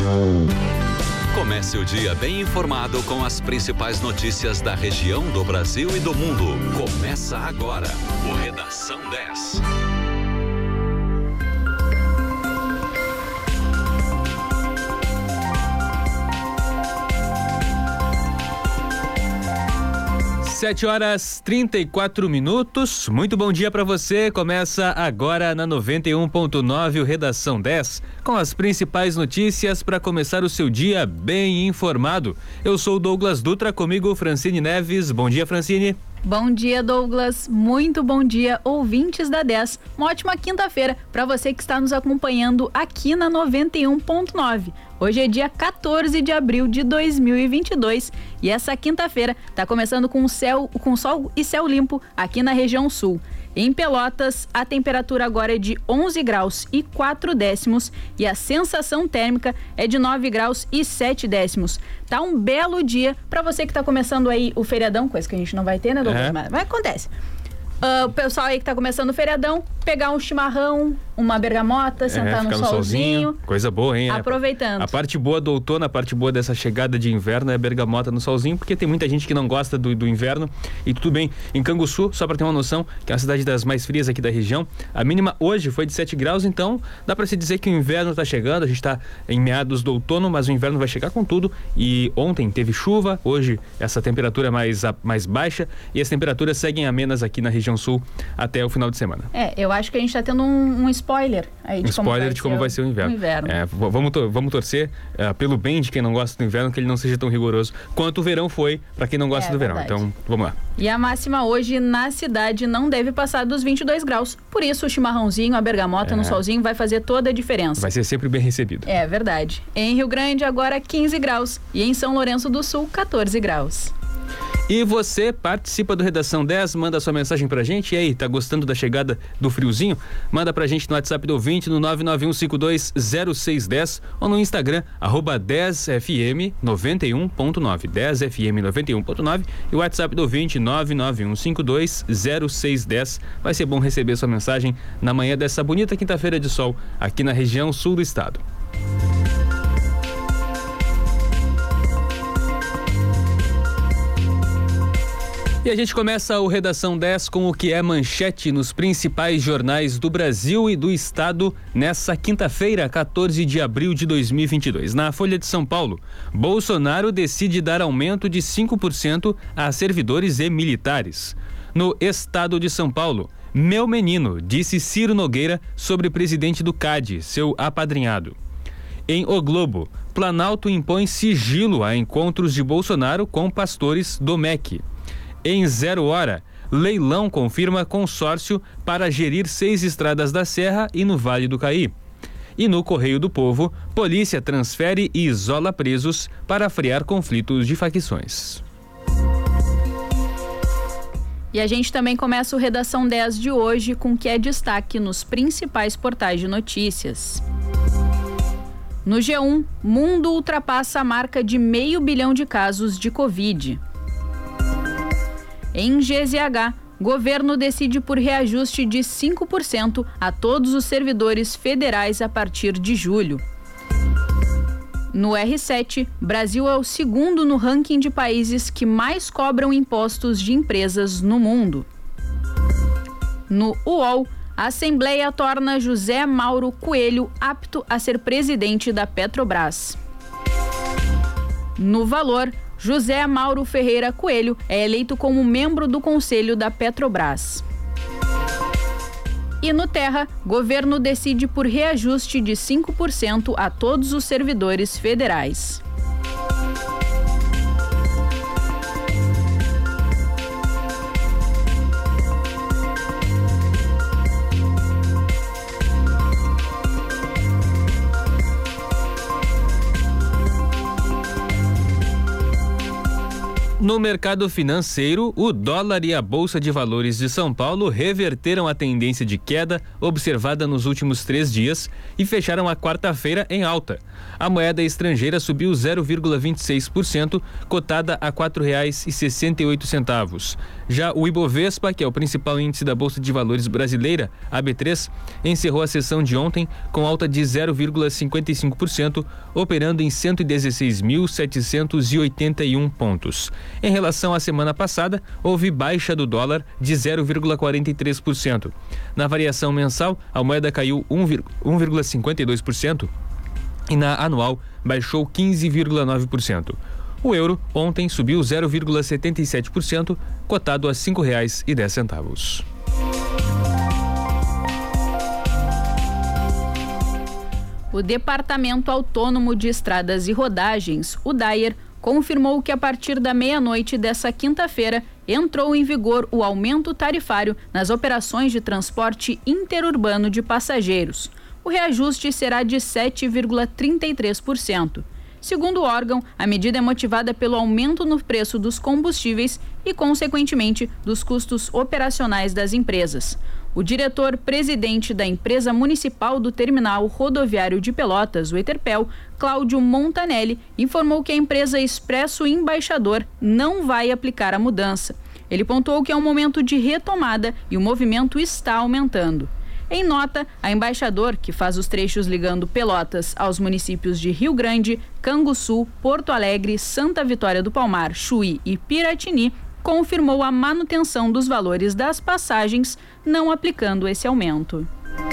Comece o dia bem informado com as principais notícias da região, do Brasil e do mundo. Começa agora o Redação 10. Sete horas 34 minutos. Muito bom dia para você. Começa agora na 91.9 o Redação 10 com as principais notícias para começar o seu dia bem informado. Eu sou o Douglas Dutra, comigo Francine Neves. Bom dia, Francine. Bom dia, Douglas. Muito bom dia, ouvintes da 10. Uma ótima quinta-feira para você que está nos acompanhando aqui na 91.9. Hoje é dia 14 de abril de 2022 e essa quinta-feira está começando com sol e céu limpo aqui na região sul. Em Pelotas, a temperatura agora é de 11 graus e 4 décimos e a sensação térmica é de 9 graus e 7 décimos. Tá um belo dia para você que tá começando aí o feriadão, coisa que a gente não vai ter, né, Douglas? Mas acontece. O pessoal aí que tá começando o feriadão, pegar um chimarrão, uma bergamota, sentar no solzinho. Coisa boa, hein? Aproveitando. A parte boa do outono, a parte boa dessa chegada de inverno é bergamota no solzinho, porque tem muita gente que não gosta do inverno. E tudo bem, em Canguçu, só pra ter uma noção, que é uma cidade das mais frias aqui da região, a mínima hoje foi de 7 graus, então dá pra se dizer que o inverno tá chegando. A gente tá em meados do outono, mas o inverno vai chegar com tudo. E ontem teve chuva, hoje essa temperatura é mais baixa e as temperaturas seguem amenas aqui na região sul até o final de semana. Eu acho que a gente tá tendo um spoiler aí de como vai ser o inverno. Vamos torcer pelo bem de quem não gosta do inverno, que ele não seja tão rigoroso quanto o verão foi para quem não gosta do verão. Então, vamos lá. E a máxima hoje na cidade não deve passar dos 22 graus. Por isso, o chimarrãozinho, a bergamota no solzinho vai fazer toda a diferença. Vai ser sempre bem recebido. É verdade. Em Rio Grande, agora 15 graus. E em São Lourenço do Sul, 14 graus. E você participa do Redação 10, manda sua mensagem pra gente. E aí, tá gostando da chegada do friozinho? Manda pra gente no WhatsApp do ouvinte no 991520610 ou no Instagram, @10fm91.9, 10fm91.9 e o WhatsApp do ouvinte 991520610. Vai ser bom receber sua mensagem na manhã dessa bonita quinta-feira de sol aqui na região sul do estado. E a gente começa o Redação 10 com o que é manchete nos principais jornais do Brasil e do estado nessa quinta-feira, 14 de abril de 2022. Na Folha de São Paulo, Bolsonaro decide dar aumento de 5% a servidores e militares. No estado de São Paulo, meu menino, disse Ciro Nogueira sobre o presidente do CAD, seu apadrinhado. Em O Globo, Planalto impõe sigilo a encontros de Bolsonaro com pastores do MEC. Em 0 hora, leilão confirma consórcio para gerir 6 estradas da Serra e no Vale do Caí. E no Correio do Povo, polícia transfere e isola presos para frear conflitos de facções. E a gente também começa o Redação 10 de hoje com o que é destaque nos principais portais de notícias. No G1, mundo ultrapassa a marca de 500 milhão de casos de Covid. Em GZH, governo decide por reajuste de 5% a todos os servidores federais a partir de julho. No R7, Brasil é o segundo no ranking de países que mais cobram impostos de empresas no mundo. No UOL, a Assembleia torna José Mauro Coelho apto a ser presidente da Petrobras. No Valor, José Mauro Ferreira Coelho é eleito como membro do Conselho da Petrobras. E no Terra, governo decide por reajuste de 5% a todos os servidores federais. No mercado financeiro, o dólar e a Bolsa de Valores de São Paulo reverteram a tendência de queda observada nos últimos 3 dias e fecharam a quarta-feira em alta. A moeda estrangeira subiu 0,26%, cotada a R$ 4,68. Já o Ibovespa, que é o principal índice da Bolsa de Valores brasileira, a B3, encerrou a sessão de ontem com alta de 0,55%, operando em 116.781 pontos. Em relação à semana passada, houve baixa do dólar de 0,43%. Na variação mensal, a moeda caiu 1,52%. E na anual baixou 15,9%. O euro ontem subiu 0,77%, cotado a R$ 5,10. O Departamento Autônomo de Estradas e Rodagens, o DAER, confirmou que a partir da meia-noite dessa quinta-feira entrou em vigor o aumento tarifário nas operações de transporte interurbano de passageiros. O reajuste será de 7,33%. Segundo o órgão, a medida é motivada pelo aumento no preço dos combustíveis e, consequentemente, dos custos operacionais das empresas. O diretor-presidente da Empresa Municipal do Terminal Rodoviário de Pelotas, o Eterpel, Cláudio Montanelli, informou que a empresa Expresso Embaixador não vai aplicar a mudança. Ele pontuou que é um momento de retomada e o movimento está aumentando. Em nota, a Embaixador, que faz os trechos ligando Pelotas aos municípios de Rio Grande, Canguçu, Porto Alegre, Santa Vitória do Palmar, Chuí e Piratini, confirmou a manutenção dos valores das passagens, não aplicando esse aumento.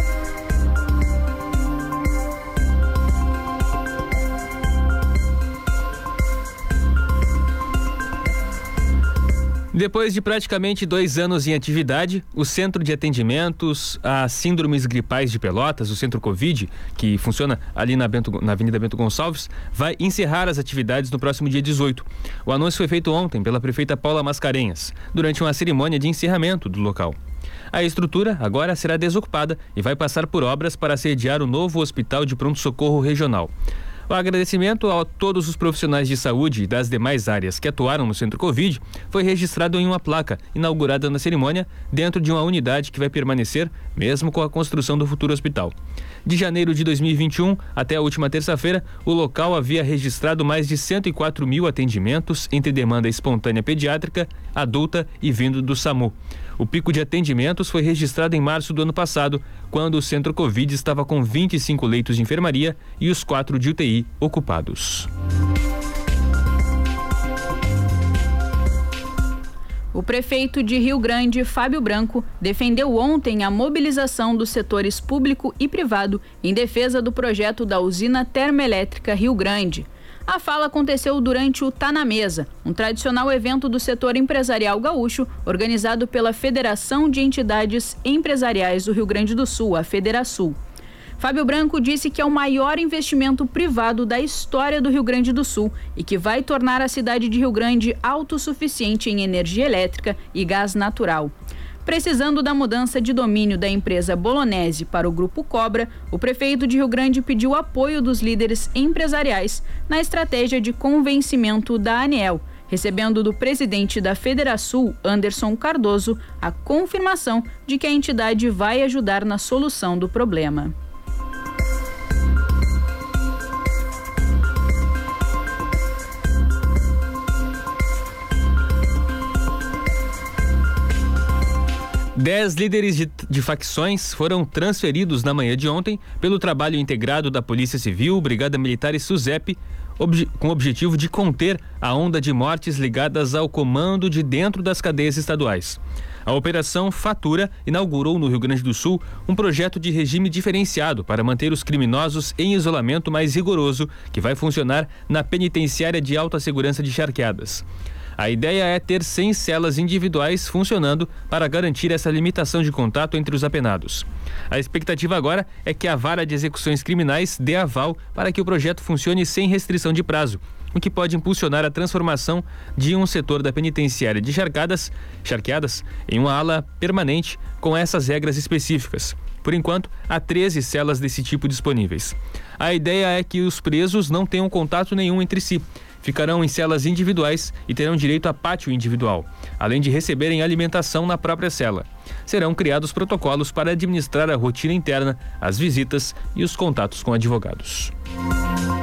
Depois de praticamente 2 anos em atividade, o Centro de Atendimentos a Síndromes Gripais de Pelotas, o Centro Covid, que funciona ali na Avenida Bento Gonçalves, vai encerrar as atividades no próximo dia 18. O anúncio foi feito ontem pela prefeita Paula Mascarenhas, durante uma cerimônia de encerramento do local. A estrutura agora será desocupada e vai passar por obras para sediar o novo Hospital de Pronto-Socorro Regional. O agradecimento a todos os profissionais de saúde e das demais áreas que atuaram no Centro Covid foi registrado em uma placa inaugurada na cerimônia dentro de uma unidade que vai permanecer mesmo com a construção do futuro hospital. De janeiro de 2021 até a última terça-feira, o local havia registrado mais de 104 mil atendimentos entre demanda espontânea pediátrica, adulta e vindo do SAMU. O pico de atendimentos foi registrado em março do ano passado, quando o Centro Covid estava com 25 leitos de enfermaria e os 4 de UTI ocupados. O prefeito de Rio Grande, Fábio Branco, defendeu ontem a mobilização dos setores público e privado em defesa do projeto da usina termoelétrica Rio Grande. A fala aconteceu durante o Tá na Mesa, um tradicional evento do setor empresarial gaúcho, organizado pela Federação de Entidades Empresariais do Rio Grande do Sul, a Federasul. Fábio Branco disse que é o maior investimento privado da história do Rio Grande do Sul e que vai tornar a cidade de Rio Grande autossuficiente em energia elétrica e gás natural. Precisando da mudança de domínio da empresa Bolonese para o Grupo Cobra, o prefeito de Rio Grande pediu apoio dos líderes empresariais na estratégia de convencimento da ANEEL, recebendo do presidente da Federasul, Anderson Cardoso, a confirmação de que a entidade vai ajudar na solução do problema. Dez líderes de facções foram transferidos na manhã de ontem pelo trabalho integrado da Polícia Civil, Brigada Militar e SUSEP, com o objetivo de conter a onda de mortes ligadas ao comando de dentro das cadeias estaduais. A Operação Fatura inaugurou no Rio Grande do Sul um projeto de regime diferenciado para manter os criminosos em isolamento mais rigoroso, que vai funcionar na penitenciária de alta segurança de Charqueadas. A ideia é ter 100 celas individuais funcionando para garantir essa limitação de contato entre os apenados. A expectativa agora é que a Vara de Execuções Criminais dê aval para que o projeto funcione sem restrição de prazo, o que pode impulsionar a transformação de um setor da penitenciária de Charqueadas em uma ala permanente com essas regras específicas. Por enquanto, há 13 celas desse tipo disponíveis. A ideia é que os presos não tenham contato nenhum entre si. Ficarão em celas individuais e terão direito a pátio individual, além de receberem alimentação na própria cela. Serão criados protocolos para administrar a rotina interna, as visitas e os contatos com advogados.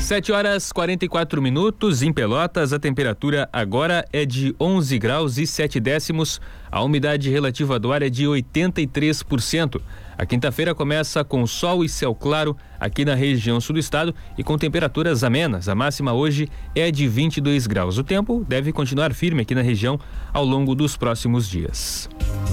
7h44 em Pelotas, a temperatura agora é de 11 graus e 7 décimos, a umidade relativa do ar é de 83%. A quinta-feira começa com sol e céu claro aqui na região sul do estado e com temperaturas amenas. A máxima hoje é de 22 graus. O tempo deve continuar firme aqui na região ao longo dos próximos dias.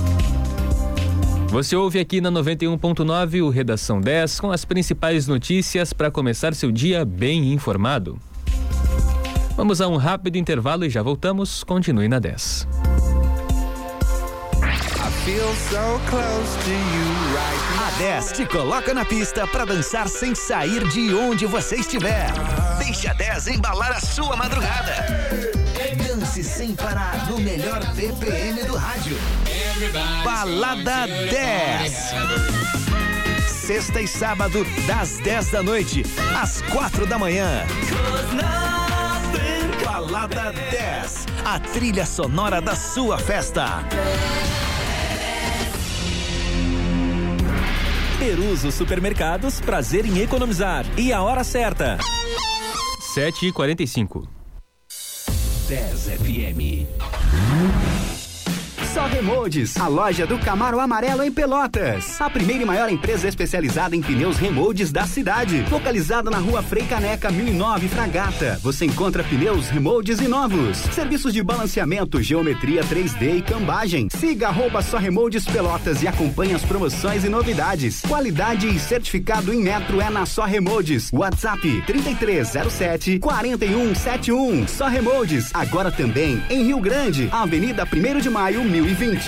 Você ouve aqui na 91.9 o Redação 10 com as principais notícias para começar seu dia bem informado. Vamos a um rápido intervalo e já voltamos. Continue na 10. A 10 te coloca na pista para dançar sem sair de onde você estiver. Deixa a 10 embalar a sua madrugada. Dance sem parar no melhor BPM do rádio. Balada 10. Sexta e sábado, das 10 da noite às 4 da manhã. Balada 10. A trilha sonora da sua festa. Peruso Supermercados, prazer em economizar. E a hora certa? 7h45. 10 FM. Só Remoldes, a loja do Camaro Amarelo em Pelotas. A primeira e maior empresa especializada em pneus remoldes da cidade. Localizada na rua Frei Caneca 1009 Fragata. Você encontra pneus remoldes e novos. Serviços de balanceamento, geometria 3D e cambagem. Siga @Só Remoldes Pelotas e acompanhe as promoções e novidades. Qualidade e certificado em metro é na Só Remoldes. WhatsApp 3307-4171. Só Remoldes, agora também em Rio Grande, Avenida 1º de Maio, 1020.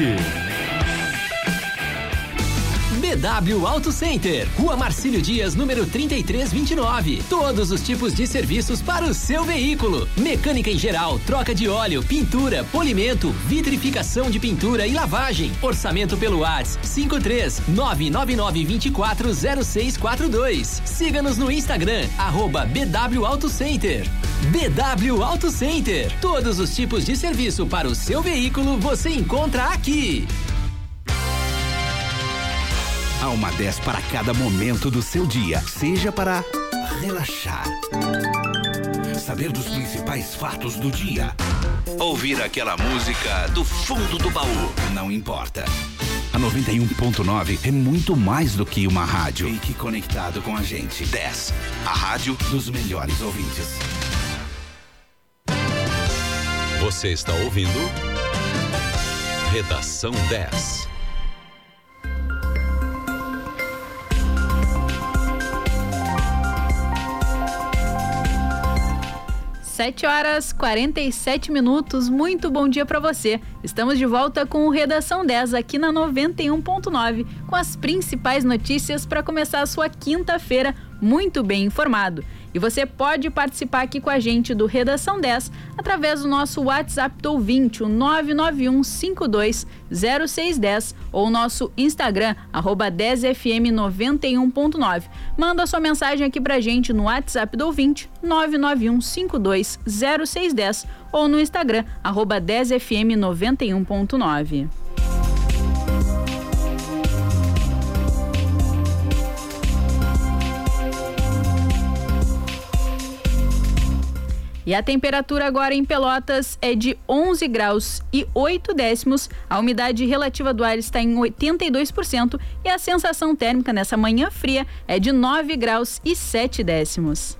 BW Auto Center, Rua Marcílio Dias, número 3329. Todos os tipos de serviços para o seu veículo. Mecânica em geral, troca de óleo, pintura, polimento, vitrificação de pintura e lavagem. Orçamento pelo WhatsApp 53999240642. Siga-nos no Instagram, @BW Auto Center. BW Auto Center. Todos os tipos de serviço para o seu veículo você encontra aqui. Há uma 10 para cada momento do seu dia, seja para relaxar, saber dos principais fatos do dia, ouvir aquela música do fundo do baú, não importa. A 91.9 é muito mais do que uma rádio. Fique conectado com a gente. 10, a rádio dos melhores ouvintes. Você está ouvindo Redação 10. 7h47. Muito bom dia para você. Estamos de volta com o Redação 10 aqui na 91.9 com as principais notícias para começar a sua quinta-feira muito bem informado. E você pode participar aqui com a gente do Redação 10 através do nosso WhatsApp do ouvinte, o 991520610, ou o nosso Instagram, @10fm91.9. Manda a sua mensagem aqui pra gente no WhatsApp do ouvinte, 991520610, ou no Instagram, @10fm91.9. E a temperatura agora em Pelotas é de 11 graus e 8 décimos. A umidade relativa do ar está em 82% e a sensação térmica nessa manhã fria é de 9 graus e 7 décimos.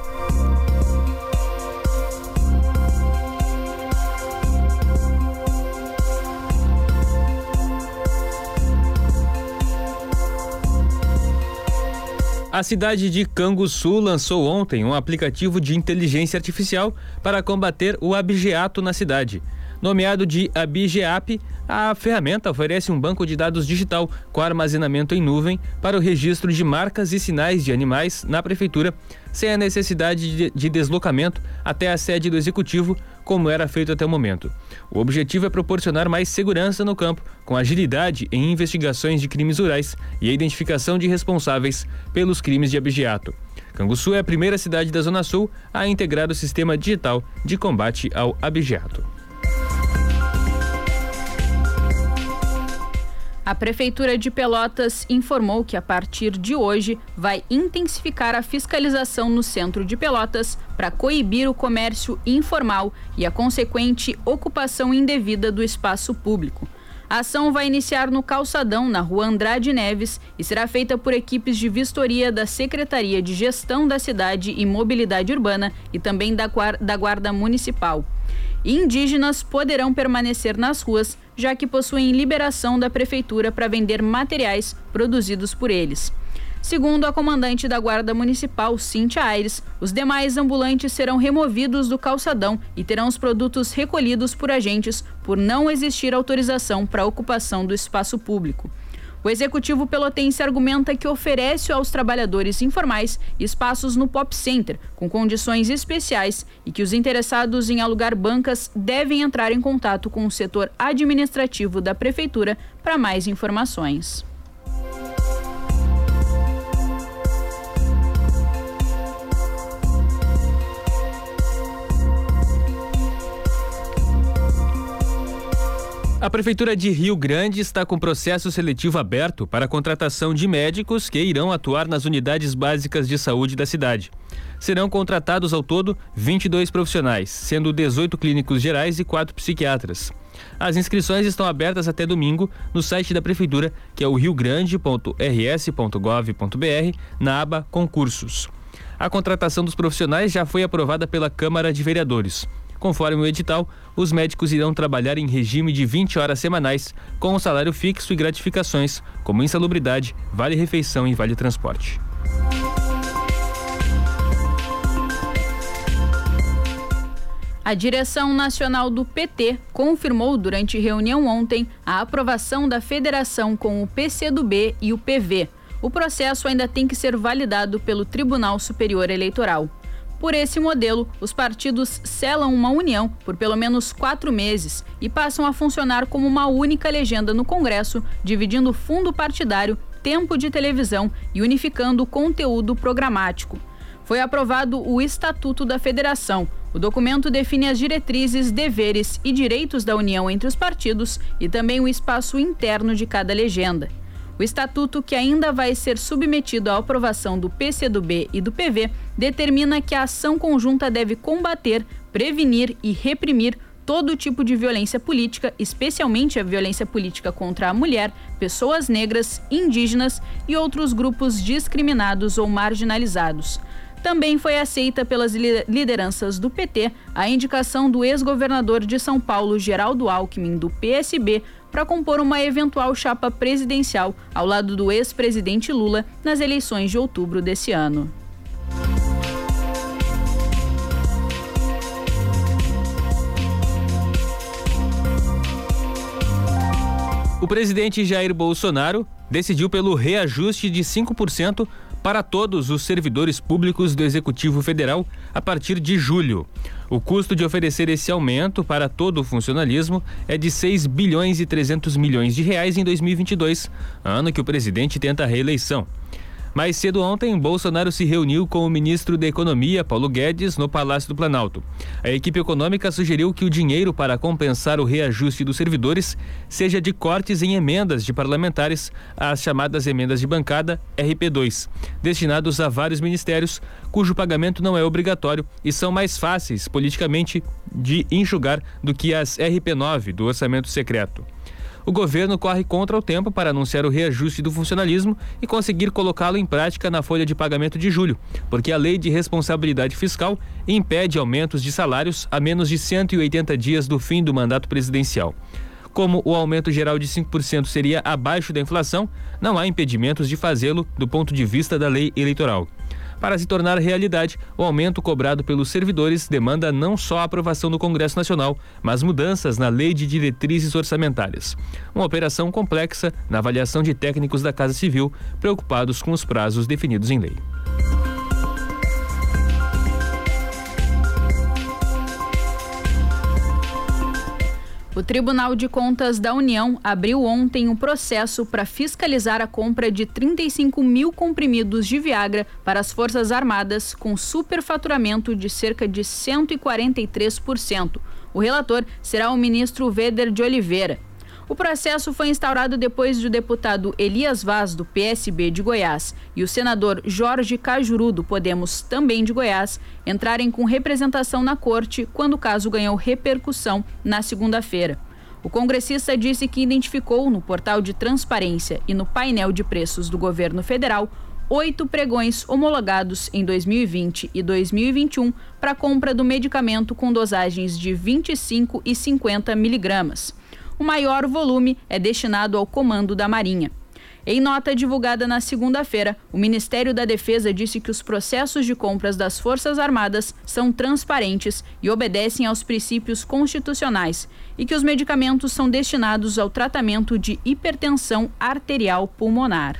A cidade de Canguçu lançou ontem um aplicativo de inteligência artificial para combater o abigeato na cidade. Nomeado de Abigeap, a ferramenta oferece um banco de dados digital com armazenamento em nuvem para o registro de marcas e sinais de animais na prefeitura, sem a necessidade de deslocamento até a sede do executivo, como era feito até o momento. O objetivo é proporcionar mais segurança no campo, com agilidade em investigações de crimes rurais e a identificação de responsáveis pelos crimes de abigeato. Canguçu é a primeira cidade da Zona Sul a integrar o sistema digital de combate ao abigeato. A Prefeitura de Pelotas informou que a partir de hoje vai intensificar a fiscalização no centro de Pelotas para coibir o comércio informal e a consequente ocupação indevida do espaço público. A ação vai iniciar no Calçadão, na Rua Andrade Neves, e será feita por equipes de vistoria da Secretaria de Gestão da Cidade e Mobilidade Urbana e também da Guarda Municipal. Indígenas poderão permanecer nas ruas, já que possuem liberação da Prefeitura para vender materiais produzidos por eles. Segundo a comandante da Guarda Municipal, Cíntia Aires, os demais ambulantes serão removidos do calçadão e terão os produtos recolhidos por agentes por não existir autorização para a ocupação do espaço público. O executivo pelotense argumenta que oferece aos trabalhadores informais espaços no Pop Center, com condições especiais, e que os interessados em alugar bancas devem entrar em contato com o setor administrativo da Prefeitura para mais informações. A Prefeitura de Rio Grande está com processo seletivo aberto para a contratação de médicos que irão atuar nas unidades básicas de saúde da cidade. Serão contratados ao todo 22 profissionais, sendo 18 clínicos gerais e 4 psiquiatras. As inscrições estão abertas até domingo no site da Prefeitura, que é o riogrande.rs.gov.br, na aba Concursos. A contratação dos profissionais já foi aprovada pela Câmara de Vereadores. Conforme o edital, os médicos irão trabalhar em regime de 20 horas semanais, com um salário fixo e gratificações, como insalubridade, vale-refeição e vale-transporte. A direção nacional do PT confirmou durante reunião ontem a aprovação da federação com o PCdoB e o PV. O processo ainda tem que ser validado pelo Tribunal Superior Eleitoral. Por esse modelo, os partidos selam uma união por pelo menos 4 meses e passam a funcionar como uma única legenda no Congresso, dividindo fundo partidário, tempo de televisão e unificando o conteúdo programático. Foi aprovado o Estatuto da Federação. O documento define as diretrizes, deveres e direitos da união entre os partidos e também o espaço interno de cada legenda. O estatuto, que ainda vai ser submetido à aprovação do PCdoB e do PV, determina que a ação conjunta deve combater, prevenir e reprimir todo tipo de violência política, especialmente a violência política contra a mulher, pessoas negras, indígenas e outros grupos discriminados ou marginalizados. Também foi aceita pelas lideranças do PT a indicação do ex-governador de São Paulo, Geraldo Alckmin, do PSB, para compor uma eventual chapa presidencial ao lado do ex-presidente Lula nas eleições de outubro desse ano. O presidente Jair Bolsonaro decidiu pelo reajuste de 5% para todos os servidores públicos do Executivo Federal a partir de julho. O custo de oferecer esse aumento para todo o funcionalismo é de 6 bilhões e 300 milhões de reais em 2022, ano que o presidente tenta a reeleição. Mais cedo ontem, Bolsonaro se reuniu com o ministro da Economia, Paulo Guedes, no Palácio do Planalto. A equipe econômica sugeriu que o dinheiro para compensar o reajuste dos servidores seja de cortes em emendas de parlamentares, as chamadas emendas de bancada RP2, destinados a vários ministérios, cujo pagamento não é obrigatório e são mais fáceis politicamente de enxugar do que as RP9 do orçamento secreto. O governo corre contra o tempo para anunciar o reajuste do funcionalismo e conseguir colocá-lo em prática na folha de pagamento de julho, porque a Lei de Responsabilidade Fiscal impede aumentos de salários a menos de 180 dias do fim do mandato presidencial. Como o aumento geral de 5% seria abaixo da inflação, não há impedimentos de fazê-lo do ponto de vista da lei eleitoral. Para se tornar realidade, o aumento cobrado pelos servidores demanda não só a aprovação do Congresso Nacional, mas mudanças na Lei de Diretrizes Orçamentárias. Uma operação complexa na avaliação de técnicos da Casa Civil, preocupados com os prazos definidos em lei. O Tribunal de Contas da União abriu ontem um processo para fiscalizar a compra de 35 mil comprimidos de Viagra para as Forças Armadas, com superfaturamento de cerca de 143%. O relator será o ministro Véder de Oliveira. O processo foi instaurado depois de o deputado Elias Vaz, do PSB de Goiás, e o senador Jorge Cajuru, do Podemos, também de Goiás, entrarem com representação na corte quando o caso ganhou repercussão na segunda-feira. O congressista disse que identificou no portal de transparência e no painel de preços do governo federal 8 pregões homologados em 2020 e 2021 para a compra do medicamento com dosagens de 25 e 50 miligramas. O maior volume é destinado ao Comando da Marinha. Em nota divulgada na segunda-feira, o Ministério da Defesa disse que os processos de compras das Forças Armadas são transparentes e obedecem aos princípios constitucionais e que os medicamentos são destinados ao tratamento de hipertensão arterial pulmonar.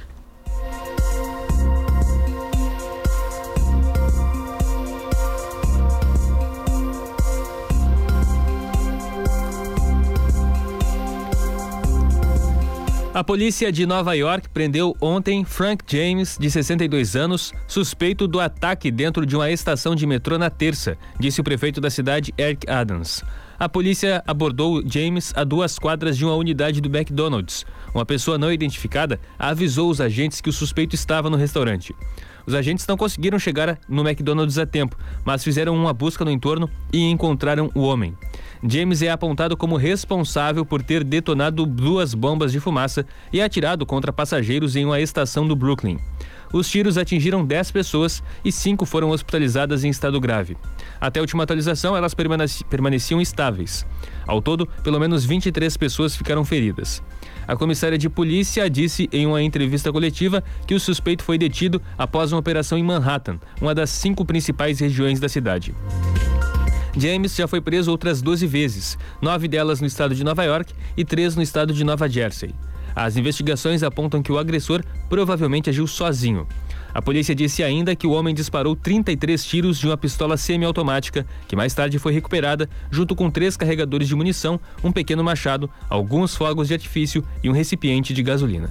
A polícia de Nova York prendeu ontem Frank James, de 62 anos, suspeito do ataque dentro de uma estação de metrô na terça, disse o prefeito da cidade, Eric Adams. A polícia abordou James a 2 quadras de uma unidade do McDonald's. Uma pessoa não identificada avisou os agentes que o suspeito estava no restaurante. Os agentes não conseguiram chegar no McDonald's a tempo, mas fizeram uma busca no entorno e encontraram o homem. James é apontado como responsável por ter detonado 2 bombas de fumaça e atirado contra passageiros em uma estação do Brooklyn. Os tiros atingiram 10 pessoas e 5 foram hospitalizadas em estado grave. Até a última atualização, elas permaneciam estáveis. Ao todo, pelo menos 23 pessoas ficaram feridas. A comissária de polícia disse em uma entrevista coletiva que o suspeito foi detido após uma operação em Manhattan, uma das 5 principais regiões da cidade. James já foi preso outras 12 vezes, 9 delas no estado de Nova York e 3 no estado de Nova Jersey. As investigações apontam que o agressor provavelmente agiu sozinho. A polícia disse ainda que o homem disparou 33 tiros de uma pistola semiautomática, que mais tarde foi recuperada, junto com 3 carregadores de munição, um pequeno machado, alguns fogos de artifício e um recipiente de gasolina.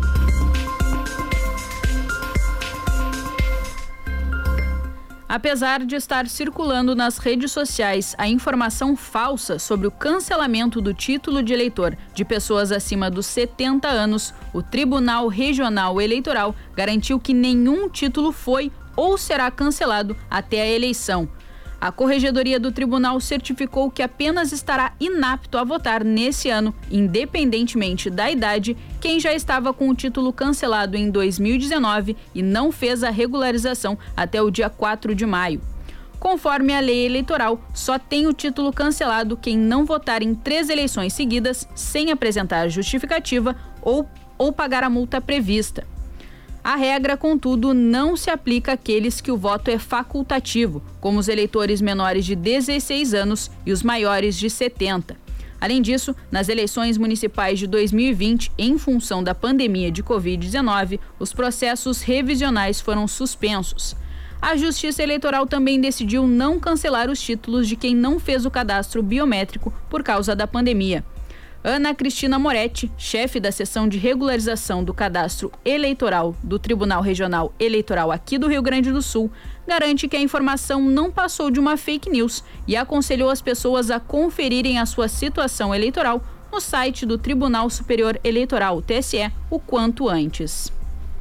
Apesar de estar circulando nas redes sociais a informação falsa sobre o cancelamento do título de eleitor de pessoas acima dos 70 anos, o Tribunal Regional Eleitoral garantiu que nenhum título foi ou será cancelado até a eleição. A Corregedoria do Tribunal certificou que apenas estará inapto a votar nesse ano, independentemente da idade, quem já estava com o título cancelado em 2019 e não fez a regularização até o dia 4 de maio. Conforme a lei eleitoral, só tem o título cancelado quem não votar em 3 eleições seguidas sem apresentar justificativa ou pagar a multa prevista. A regra, contudo, não se aplica àqueles que o voto é facultativo, como os eleitores menores de 16 anos e os maiores de 70. Além disso, nas eleições municipais de 2020, em função da pandemia de Covid-19, os processos revisionais foram suspensos. A Justiça Eleitoral também decidiu não cancelar os títulos de quem não fez o cadastro biométrico por causa da pandemia. Ana Cristina Moretti, chefe da seção de regularização do cadastro eleitoral do Tribunal Regional Eleitoral aqui do Rio Grande do Sul, garante que a informação não passou de uma fake news e aconselhou as pessoas a conferirem a sua situação eleitoral no site do Tribunal Superior Eleitoral, o TSE, o quanto antes.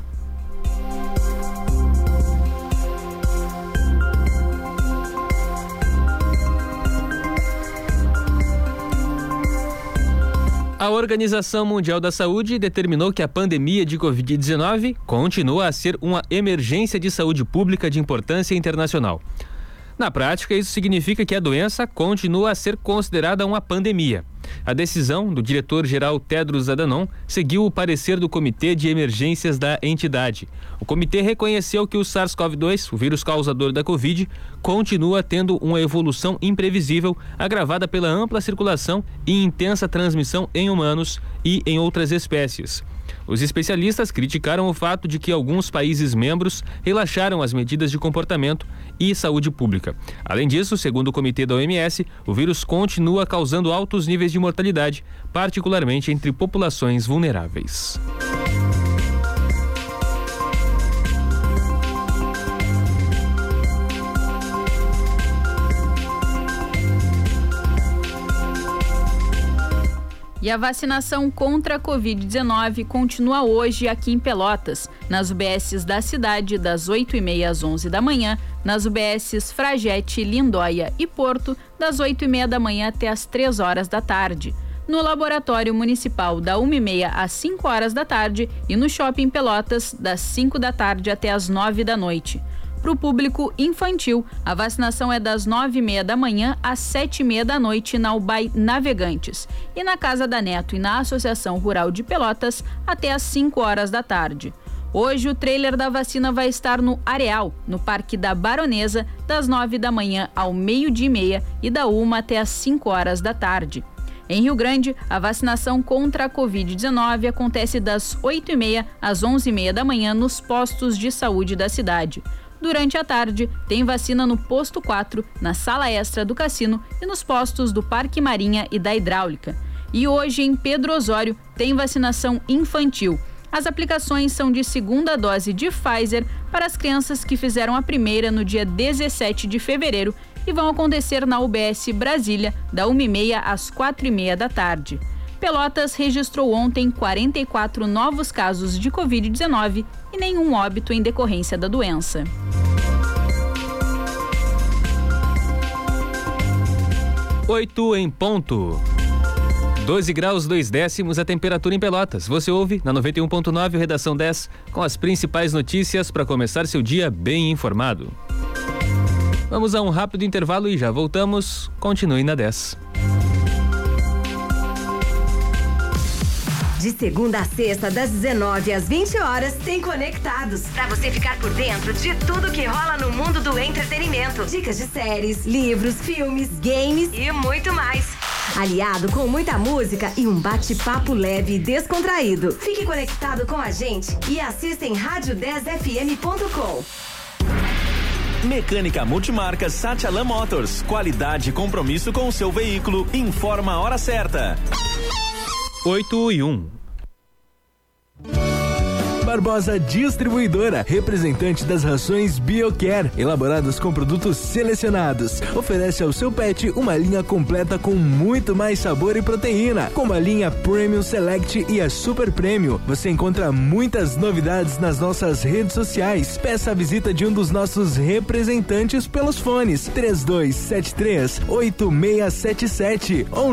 A Organização Mundial da Saúde determinou que a pandemia de Covid-19 continua a ser uma emergência de saúde pública de importância internacional. Na prática, isso significa que a doença continua a ser considerada uma pandemia. A decisão do diretor-geral Tedros Adhanom seguiu o parecer do Comitê de Emergências da entidade. O comitê reconheceu que o SARS-CoV-2, o vírus causador da Covid, continua tendo uma evolução imprevisível, agravada pela ampla circulação e intensa transmissão em humanos e em outras espécies. Os especialistas criticaram o fato de que alguns países membros relaxaram as medidas de comportamento e saúde pública. Além disso, segundo o comitê da OMS, o vírus continua causando altos níveis de mortalidade, particularmente entre populações vulneráveis. E E a vacinação contra a Covid-19 continua hoje aqui em Pelotas, nas UBSs da cidade, das 8h30 às 11 da manhã, nas UBSs Fragete, Lindóia e Porto, das 8h30 da manhã até as 3 horas da tarde. No Laboratório Municipal, da 1h30 às 5 horas da tarde e no Shopping Pelotas, das 5 da tarde até as 9 da noite. Para o público infantil, a vacinação é das 9h30 da manhã às 7h30 da noite na UBAI Navegantes e na Casa da Neto e na Associação Rural de Pelotas até às 5 horas da tarde. Hoje o trailer da vacina vai estar no Areal, no Parque da Baronesa, das 9 da manhã ao 12h30 e da 1 até às 5 horas da tarde. Em Rio Grande, a vacinação contra a Covid-19 acontece das 8h30 às 11h30 da manhã nos postos de saúde da cidade. Durante a tarde, tem vacina no Posto 4, na Sala Extra do Cassino e nos postos do Parque Marinha e da Hidráulica. E hoje, em Pedro Osório, tem vacinação infantil. As aplicações são de segunda dose de Pfizer para as crianças que fizeram a primeira no dia 17 de fevereiro e vão acontecer na UBS Brasília, da 1h30 às 4h30 da tarde. Pelotas registrou ontem 44 novos casos de Covid-19 e nenhum óbito em decorrência da doença. Oito em ponto. 12 graus 2 décimos a temperatura em Pelotas. Você ouve na 91.9 o Redação 10 com as principais notícias para começar seu dia bem informado. Vamos a um rápido intervalo e já voltamos. Continue na 10. De segunda a sexta, das 19 às 20 horas, tem Conectados. Pra você ficar por dentro de tudo que rola no mundo do entretenimento. Dicas de séries, livros, filmes, games e muito mais. Aliado com muita música e um bate-papo leve e descontraído. Fique conectado com a gente e assista em radio10fm.com. Mecânica Multimarcas Satialan Motors. Qualidade e compromisso com o seu veículo. Informa a hora certa. 8h01. Barbosa Distribuidora, representante das rações BioCare, elaboradas com produtos selecionados. Oferece ao seu pet uma linha completa com muito mais sabor e proteína, como a linha Premium Select e a Super Premium. Você encontra muitas novidades nas nossas redes sociais. Peça a visita de um dos nossos representantes pelos fones 3273-8677 ou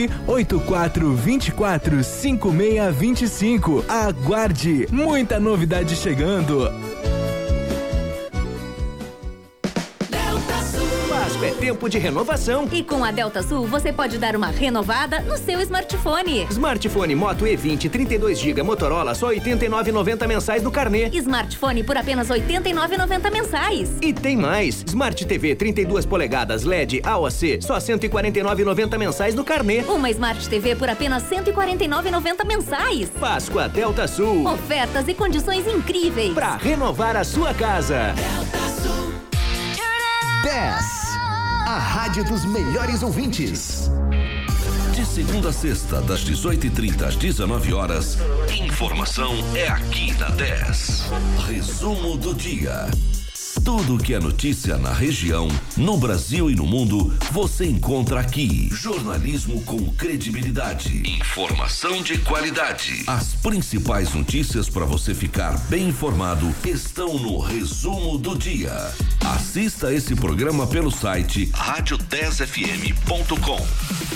984245625. Aguarde! Muita novidade chegando. Páscoa é tempo de renovação. E com a Delta Sul você pode dar uma renovada no seu smartphone. Smartphone Moto E20 32GB Motorola só R$ 89,90 mensais no carnê. Smartphone por apenas R$ 89,90 mensais. E tem mais. Smart TV 32 polegadas LED AOC só R$ 149,90 mensais no carnê. Uma Smart TV por apenas R$ 149,90 mensais. Páscoa Delta Sul. Ofertas e condições incríveis. Pra renovar a sua casa. Delta Sul. 10. A rádio dos melhores ouvintes. De segunda a sexta, das 18h30 às 19 horas, informação é aqui na 10. Resumo do dia. Tudo que é notícia na região, no Brasil e no mundo, você encontra aqui. Jornalismo com credibilidade. Informação de qualidade. As principais notícias para você ficar bem informado estão no Resumo do Dia. Assista esse programa pelo site radio10fm.com.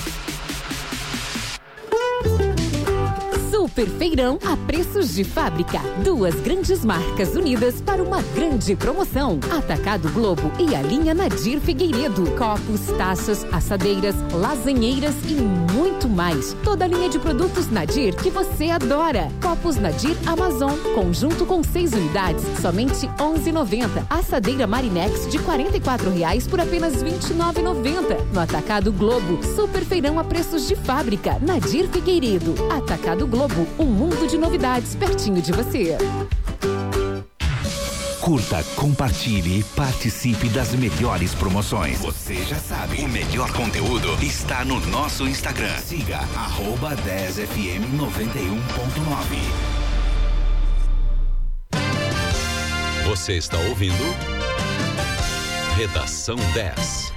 Super Feirão a preços de fábrica. Duas grandes marcas unidas para uma grande promoção. Atacado Globo e a linha Nadir Figueiredo. Copos, taças, assadeiras, lasanheiras e muito mais. Toda a linha de produtos Nadir que você adora. Copos Nadir Amazon, conjunto com 6 unidades, somente R$ 11,90. Assadeira Marinex de R$ 44,00 por apenas R$ 29,90. No Atacado Globo, Super Feirão a preços de fábrica. Nadir Figueiredo. Atacado Globo, um mundo de novidades pertinho de você. Curta, compartilhe e participe das melhores promoções. Você já sabe, o melhor conteúdo está no nosso Instagram. Siga @10fm91.9. Você está ouvindo Redação 10.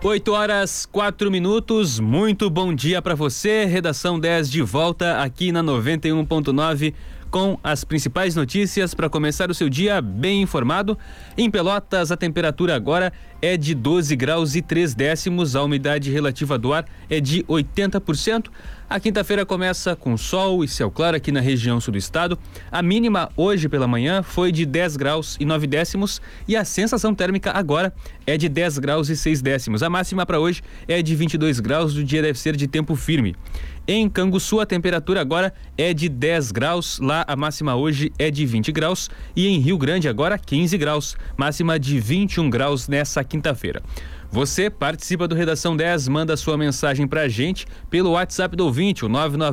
8h04, muito bom dia para você. Redação 10 de volta aqui na 91.9 com as principais notícias para começar o seu dia bem informado. Em Pelotas, a temperatura agora é de 12 graus e 3 décimos, a umidade relativa do ar é de 80%. A quinta-feira começa com sol e céu claro aqui na região sul do estado. A mínima hoje pela manhã foi de 10 graus e 9 décimos e a sensação térmica agora é de 10 graus e 6 décimos. A máxima para hoje é de 22 graus, o dia deve ser de tempo firme. Em Canguçu, a temperatura agora é de 10 graus, lá a máxima hoje é de 20 graus e em Rio Grande agora 15 graus, máxima de 21 graus nessa quinta-feira. Você participa do Redação 10, manda sua mensagem pra gente pelo WhatsApp do ouvinte, o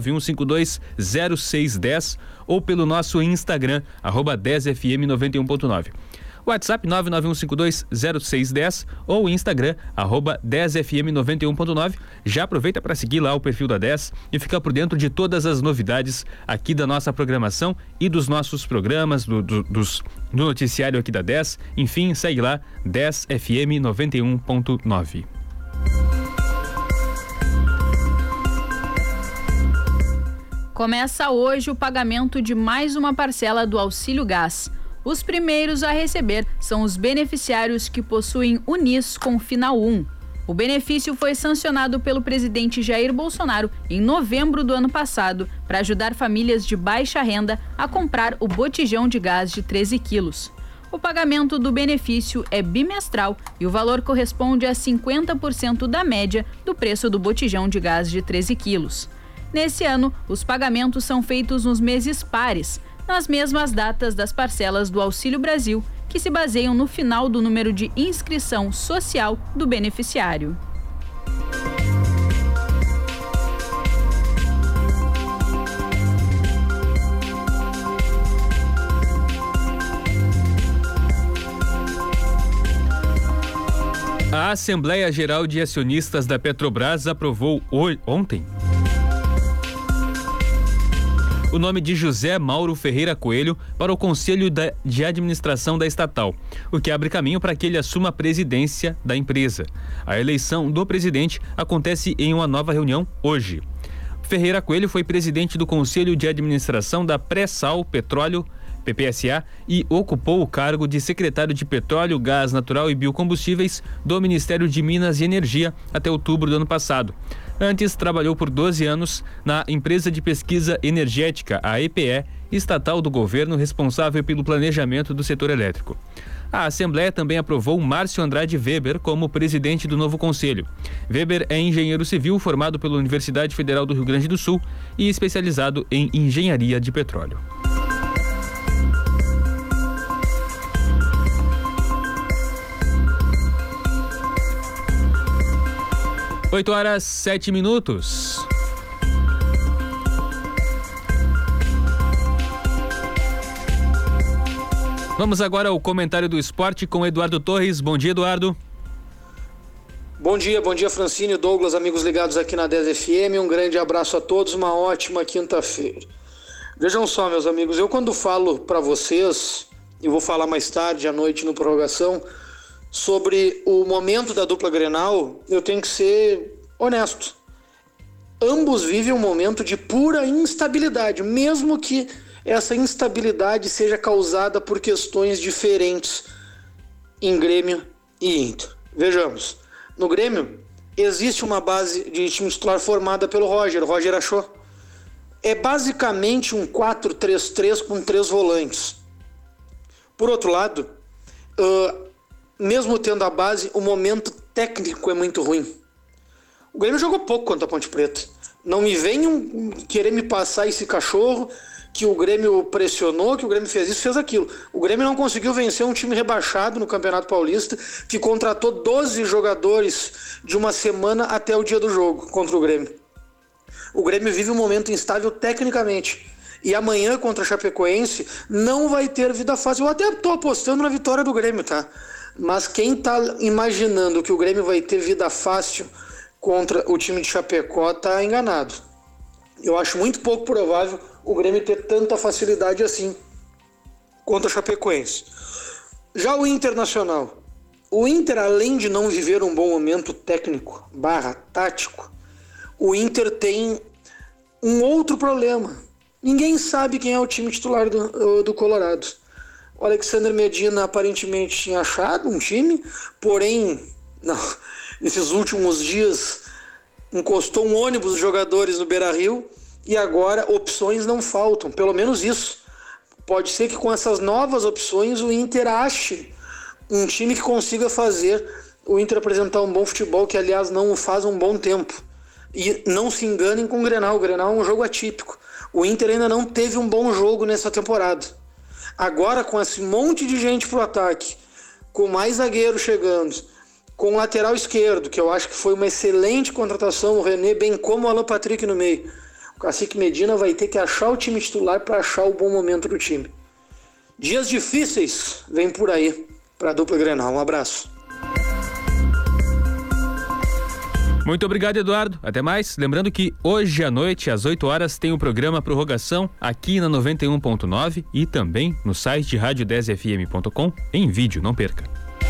991520610 ou pelo nosso Instagram, @10fm91.9. WhatsApp 991520610 ou Instagram, @10fm91.9. Já aproveita para seguir lá o perfil da 10 e ficar por dentro de todas as novidades aqui da nossa programação e dos nossos programas, do noticiário aqui da 10. Enfim, segue lá, 10fm91.9. Começa hoje o pagamento de mais uma parcela do Auxílio Gás. Os primeiros a receber são os beneficiários que possuem UNIS com final 1. O benefício foi sancionado pelo presidente Jair Bolsonaro em novembro do ano passado para ajudar famílias de baixa renda a comprar o botijão de gás de 13 quilos. O pagamento do benefício é bimestral e o valor corresponde a 50% da média do preço do botijão de gás de 13 quilos. Nesse ano, os pagamentos são feitos nos meses pares, nas mesmas datas das parcelas do Auxílio Brasil, que se baseiam no final do número de inscrição social do beneficiário. A Assembleia Geral de Acionistas da Petrobras aprovou ontem o nome de José Mauro Ferreira Coelho para o Conselho de Administração da estatal, o que abre caminho para que ele assuma a presidência da empresa. A eleição do presidente acontece em uma nova reunião hoje. Ferreira Coelho foi presidente do Conselho de Administração da Pré-Sal Petróleo, PPSA, e ocupou o cargo de secretário de Petróleo, Gás Natural e Biocombustíveis do Ministério de Minas e Energia até outubro do ano passado. Antes, trabalhou por 12 anos na Empresa de Pesquisa Energética, a EPE, estatal do governo responsável pelo planejamento do setor elétrico. A Assembleia também aprovou Márcio Andrade Weber como presidente do novo conselho. Weber é engenheiro civil formado pela Universidade Federal do Rio Grande do Sul e especializado em engenharia de petróleo. 8h07. Vamos agora ao comentário do esporte com Eduardo Torres. Bom dia, Eduardo. Bom dia Francine, Douglas, amigos ligados aqui na 10 FM. Um grande abraço a todos, uma ótima quinta-feira. Vejam só, meus amigos, eu quando falo para vocês, e vou falar mais tarde à noite no Prorrogação, sobre o momento da dupla Grenal, eu tenho que ser honesto. Ambos vivem um momento de pura instabilidade, mesmo que essa instabilidade seja causada por questões diferentes em Grêmio e Inter. Vejamos, no Grêmio existe uma base de time titular formada pelo Roger achou. É basicamente um 4-3-3 com 3 volantes. Por outro lado, mesmo tendo a base, o momento técnico é muito ruim. O Grêmio jogou pouco contra a Ponte Preta. Não me venham querer me passar esse cachorro que o Grêmio pressionou, que o Grêmio fez isso, fez aquilo. O Grêmio não conseguiu vencer um time rebaixado no Campeonato Paulista, que contratou 12 jogadores de uma semana até o dia do jogo contra o Grêmio. O Grêmio vive um momento instável tecnicamente. E amanhã contra a Chapecoense não vai ter vida fácil. Eu até estou apostando na vitória do Grêmio, tá? Mas quem está imaginando que o Grêmio vai ter vida fácil contra o time de Chapecó está enganado. Eu acho muito pouco provável o Grêmio ter tanta facilidade assim contra a Chapecoense. Já o Internacional, O Inter, além de não viver um bom momento técnico / tático, o Inter tem um outro problema. Ninguém sabe quem é o time titular do Colorado. O Alexander Medina aparentemente tinha achado um time, porém, nesses últimos dias encostou um ônibus de jogadores no Beira-Rio e agora opções não faltam, pelo menos isso. Pode ser que com essas novas opções o Inter ache um time que consiga fazer o Inter apresentar um bom futebol, que aliás não faz um bom tempo. E não se enganem com o Grenal. O Grenal é um jogo atípico. O Inter ainda não teve um bom jogo nessa temporada. Agora, com esse monte de gente pro ataque, com mais zagueiro chegando, com o lateral esquerdo, que eu acho que foi uma excelente contratação, o René, bem como o Alan Patrick no meio, o Cacique Medina vai ter que achar o time titular para achar o bom momento do time. Dias difíceis vem por aí para a dupla Grenal. Um abraço. Muito obrigado, Eduardo. Até mais. Lembrando que hoje à noite, às 8 horas, tem o programa Prorrogação aqui na 91.9 e também no site radio10fm.com em vídeo. Não perca.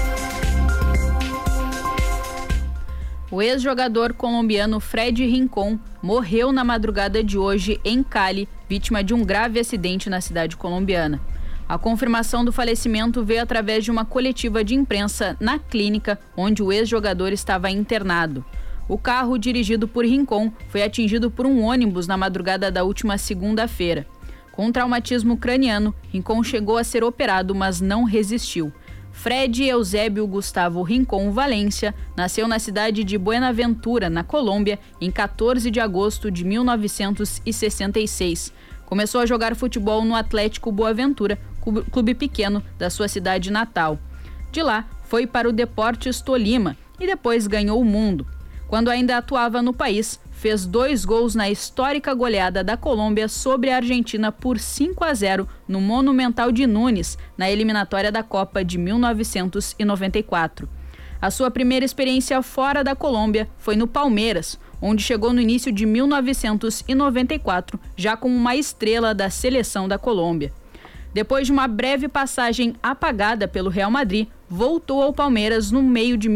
O ex-jogador colombiano Fred Rincón morreu na madrugada de hoje em Cali, vítima de um grave acidente na cidade colombiana. A confirmação do falecimento veio através de uma coletiva de imprensa na clínica onde o ex-jogador estava internado. O carro, dirigido por Rincón, foi atingido por um ônibus na madrugada da última segunda-feira. Com traumatismo craniano, Rincón chegou a ser operado, mas não resistiu. Fred Eusébio Gustavo Rincón Valência nasceu na cidade de Buenaventura, na Colômbia, em 14 de agosto de 1966. Começou a jogar futebol no Atlético Boaventura, clube pequeno da sua cidade natal. De lá, foi para o Deportes Tolima e depois ganhou o mundo. Quando ainda atuava no país, fez 2 gols na histórica goleada da Colômbia sobre a Argentina por 5-0 no Monumental de Nunes, na eliminatória da Copa de 1994. A sua primeira experiência fora da Colômbia foi no Palmeiras, onde chegou no início de 1994, já como uma estrela da seleção da Colômbia. Depois de uma breve passagem apagada pelo Real Madrid, voltou ao Palmeiras no meio de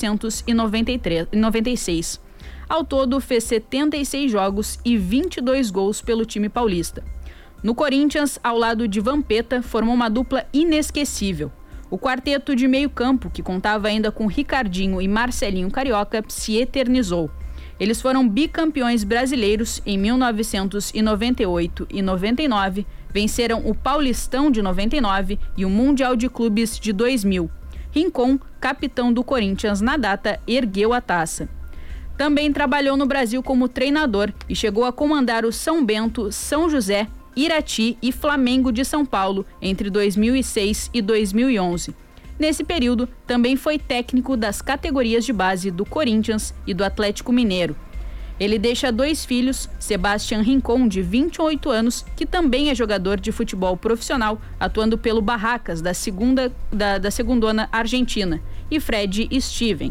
1996. Ao todo, fez 76 jogos e 22 gols pelo time paulista. No Corinthians, ao lado de Vampeta, formou uma dupla inesquecível. O quarteto de meio-campo, que contava ainda com Ricardinho e Marcelinho Carioca, se eternizou. Eles foram bicampeões brasileiros em 1998 e 99, venceram o Paulistão de 99 e o Mundial de Clubes de 2000. Rincón, capitão do Corinthians na data, ergueu a taça. Também trabalhou no Brasil como treinador e chegou a comandar o São Bento, São José, Irati e Flamengo de São Paulo entre 2006 e 2011. Nesse período, também foi técnico das categorias de base do Corinthians e do Atlético Mineiro. Ele deixa 2 filhos, Sebastián Rincón, de 28 anos, que também é jogador de futebol profissional, atuando pelo Barracas, da segundona Argentina, e Fred Steven.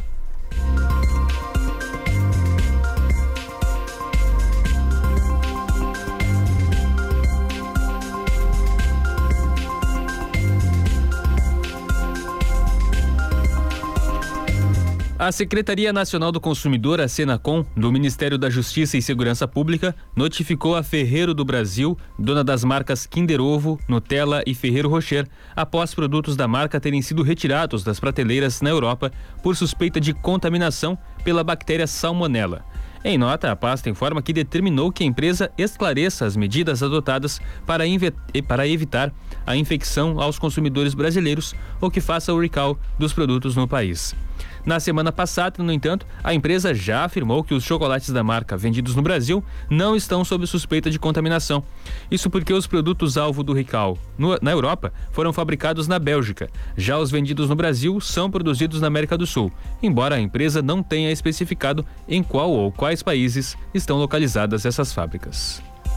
A Secretaria Nacional do Consumidor, a Senacom, do Ministério da Justiça e Segurança Pública, notificou a Ferreiro do Brasil, dona das marcas Kinder Ovo, Nutella e Ferrero Rocher, após produtos da marca terem sido retirados das prateleiras na Europa por suspeita de contaminação pela bactéria Salmonella. Em nota, a pasta informa que determinou que a empresa esclareça as medidas adotadas para evitar a infecção aos consumidores brasileiros ou que faça o recall dos produtos no país. Na semana passada, no entanto, a empresa já afirmou que os chocolates da marca vendidos no Brasil não estão sob suspeita de contaminação. Isso porque os produtos alvo do recall na Europa foram fabricados na Bélgica. Já os vendidos no Brasil são produzidos na América do Sul, embora a empresa não tenha especificado em qual ou quais países estão localizadas essas fábricas.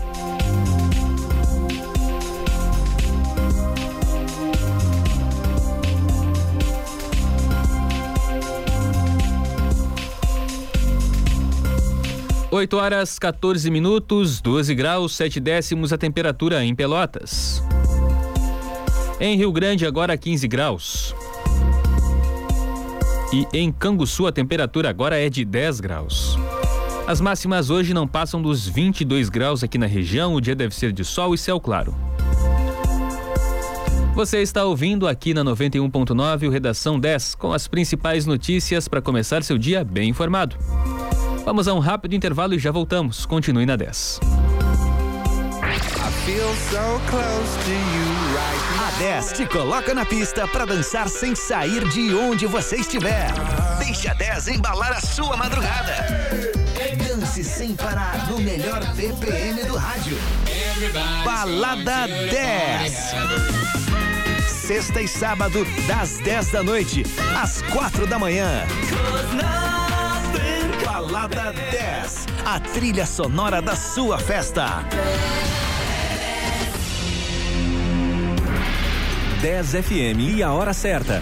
Oito horas, 14 minutos, 12 graus, 7 décimos a temperatura em Pelotas. Em Rio Grande, agora 15 graus. E em Canguçu a temperatura agora é de 10 graus. As máximas hoje não passam dos 22 graus aqui na região, o dia deve ser de sol e céu claro. Você está ouvindo aqui na 91.9 o Redação 10, com as principais notícias para começar seu dia bem informado. Vamos a um rápido intervalo e já voltamos. Continue na 10. A 10 te coloca na pista para dançar sem sair de onde você estiver. Deixa a 10 embalar a sua madrugada. Dance sem parar no melhor BPM do rádio. Balada 10. Sexta e sábado, das 10 da noite às 4 da manhã. Balada 10, a trilha sonora da sua festa. 10 FM e a hora certa.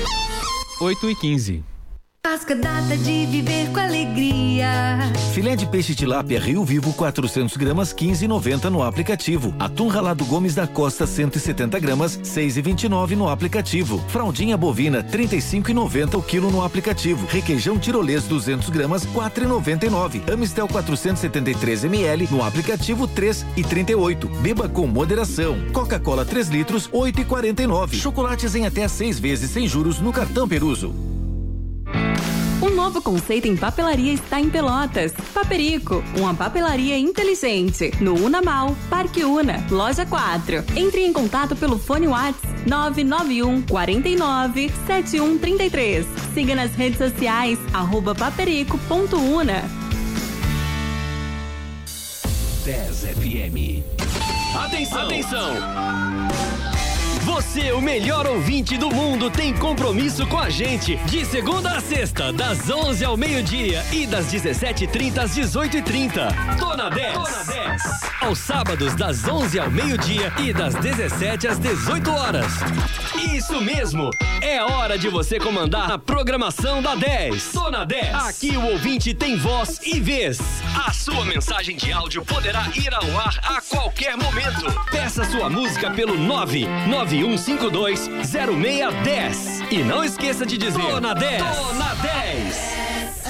8h15. Páscoa, data de viver com alegria. Filé de peixe tilápia Rio Vivo 400 gramas 15,90 no aplicativo. Atum ralado Gomes da Costa 170 gramas 6,29 no aplicativo. Fraldinha bovina 35,90 o quilo no aplicativo. Requeijão tirolês 200 gramas 4,99. Amistel 473 ml no aplicativo 3,38. Beba com moderação. Coca-Cola 3 litros 8,49. Chocolates em até 6 vezes sem juros no cartão Peruso. Um novo conceito em papelaria está em Pelotas. Paperico, uma papelaria inteligente. No Unamal, Parque Una, Loja 4. Entre em contato pelo fone WhatsApp 991 49 7133. Siga nas redes sociais @paperico.una. 10 FM. Atenção! Atenção! Você, o melhor ouvinte do mundo, tem compromisso com a gente. De segunda a sexta, das 11 ao meio-dia e das 17h30 às 18h30. Tô na 10. Aos sábados, das 11 ao meio-dia e das 17 às 18 horas. Isso mesmo! É hora de você comandar a programação da 10. Tô na 10. Aqui o ouvinte tem voz e vez. A sua mensagem de áudio poderá ir ao ar a qualquer momento. Peça sua música pelo 991520610. E não esqueça de dizer: Tô na 10. Tô na 10.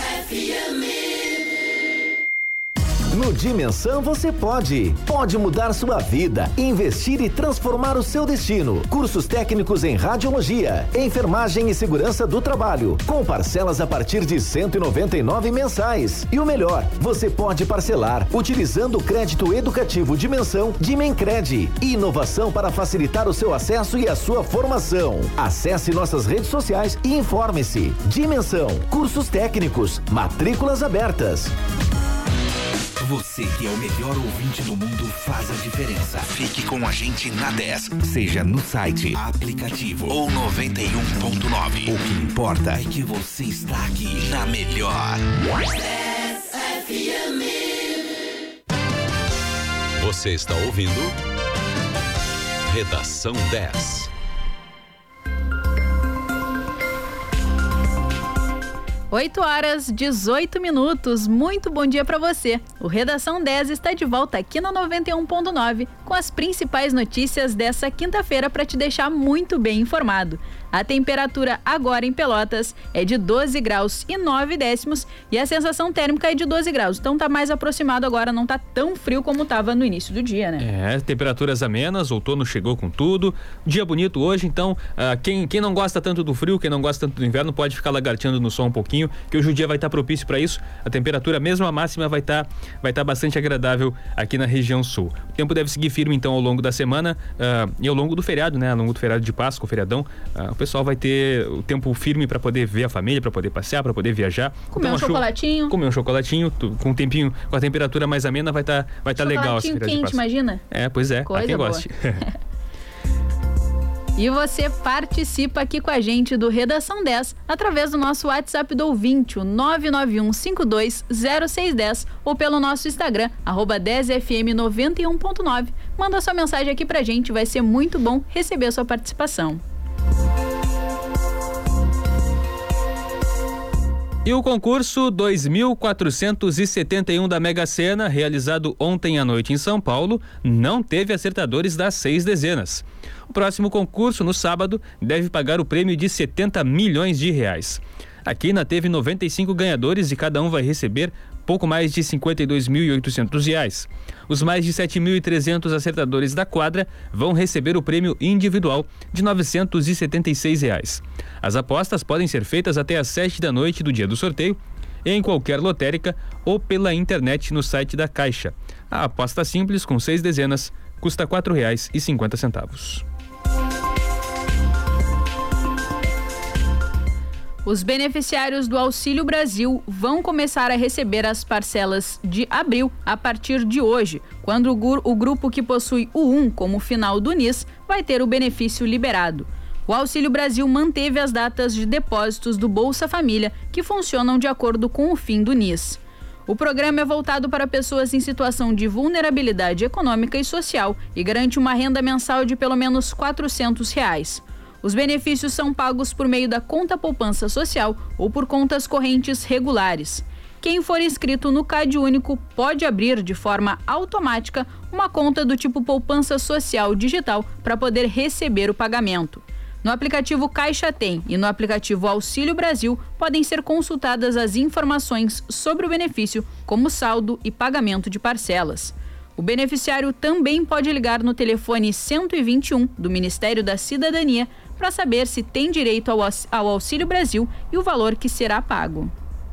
No Dimensão você pode mudar sua vida, investir e transformar o seu destino. Cursos técnicos em radiologia, enfermagem e segurança do trabalho, com parcelas a partir de 199 mensais. E o melhor, você pode parcelar utilizando o crédito educativo Dimensão Dimencred. Inovação para facilitar o seu acesso e a sua formação. Acesse nossas redes sociais e informe-se. Dimensão, cursos técnicos, matrículas abertas. Você que é o melhor ouvinte do mundo faz a diferença. Fique com a gente na 10, seja no site, aplicativo ou 91.9. O que importa é que você está aqui na melhor. 10 FM. Você está ouvindo Redação 10. 8h18. Muito bom dia para você. O Redação 10 está de volta aqui na 91.9 com as principais notícias dessa quinta-feira para te deixar muito bem informado. A temperatura agora em Pelotas é de 12 graus e 9 décimos e a sensação térmica é de 12 graus. Então tá mais aproximado agora, não tá tão frio como tava no início do dia, né? Temperaturas amenas, outono chegou com tudo. Dia bonito hoje, então quem não gosta tanto do frio, quem não gosta tanto do inverno, pode ficar lagarteando no sol um pouquinho, que hoje o dia vai estar propício para isso. A temperatura, mesmo a máxima, vai estar bastante agradável aqui na região sul. O tempo deve seguir firme então ao longo da semana e ao longo do feriado, né? Ao longo do feriado de Páscoa, o feriadão, o pessoal vai ter o tempo firme para poder ver a família, para poder passear, para poder viajar. Comer um chocolatinho. Comer um chocolatinho, com um tempinho, com a temperatura mais amena, vai estar legal. Chocolatinho quente, imagina? Pois é, coisa há quem boa. goste. E você participa aqui com a gente do Redação 10 através do nosso WhatsApp do ouvinte, o 991520610, ou pelo nosso Instagram, @10fm91.9. Manda sua mensagem aqui pra gente, vai ser muito bom receber a sua participação. E o concurso 2471 da Mega Sena, realizado ontem à noite em São Paulo, não teve acertadores das 6 dezenas. O próximo concurso, no sábado, deve pagar o prêmio de 70 milhões de reais. A quina teve 95 ganhadores e cada um vai receber pouco mais de R$ 52.800. Os mais de 7.300 acertadores da quadra vão receber o prêmio individual de R$ 976. As apostas podem ser feitas até às 7 da noite do dia do sorteio, em qualquer lotérica ou pela internet no site da Caixa. A aposta simples com 6 dezenas custa R$ 4,50. Os beneficiários do Auxílio Brasil vão começar a receber as parcelas de abril a partir de hoje, quando o grupo que possui o 1 como final do NIS vai ter o benefício liberado. O Auxílio Brasil manteve as datas de depósitos do Bolsa Família, que funcionam de acordo com o fim do NIS. O programa é voltado para pessoas em situação de vulnerabilidade econômica e social e garante uma renda mensal de pelo menos R$ 400. Os benefícios são pagos por meio da conta poupança social ou por contas correntes regulares. Quem for inscrito no Cade Único pode abrir de forma automática uma conta do tipo poupança social digital para poder receber o pagamento. No aplicativo Caixa Tem e no aplicativo Auxílio Brasil podem ser consultadas as informações sobre o benefício, como saldo e pagamento de parcelas. O beneficiário também pode ligar no telefone 121 do Ministério da Cidadania para saber se tem direito ao Auxílio Brasil e o valor que será pago.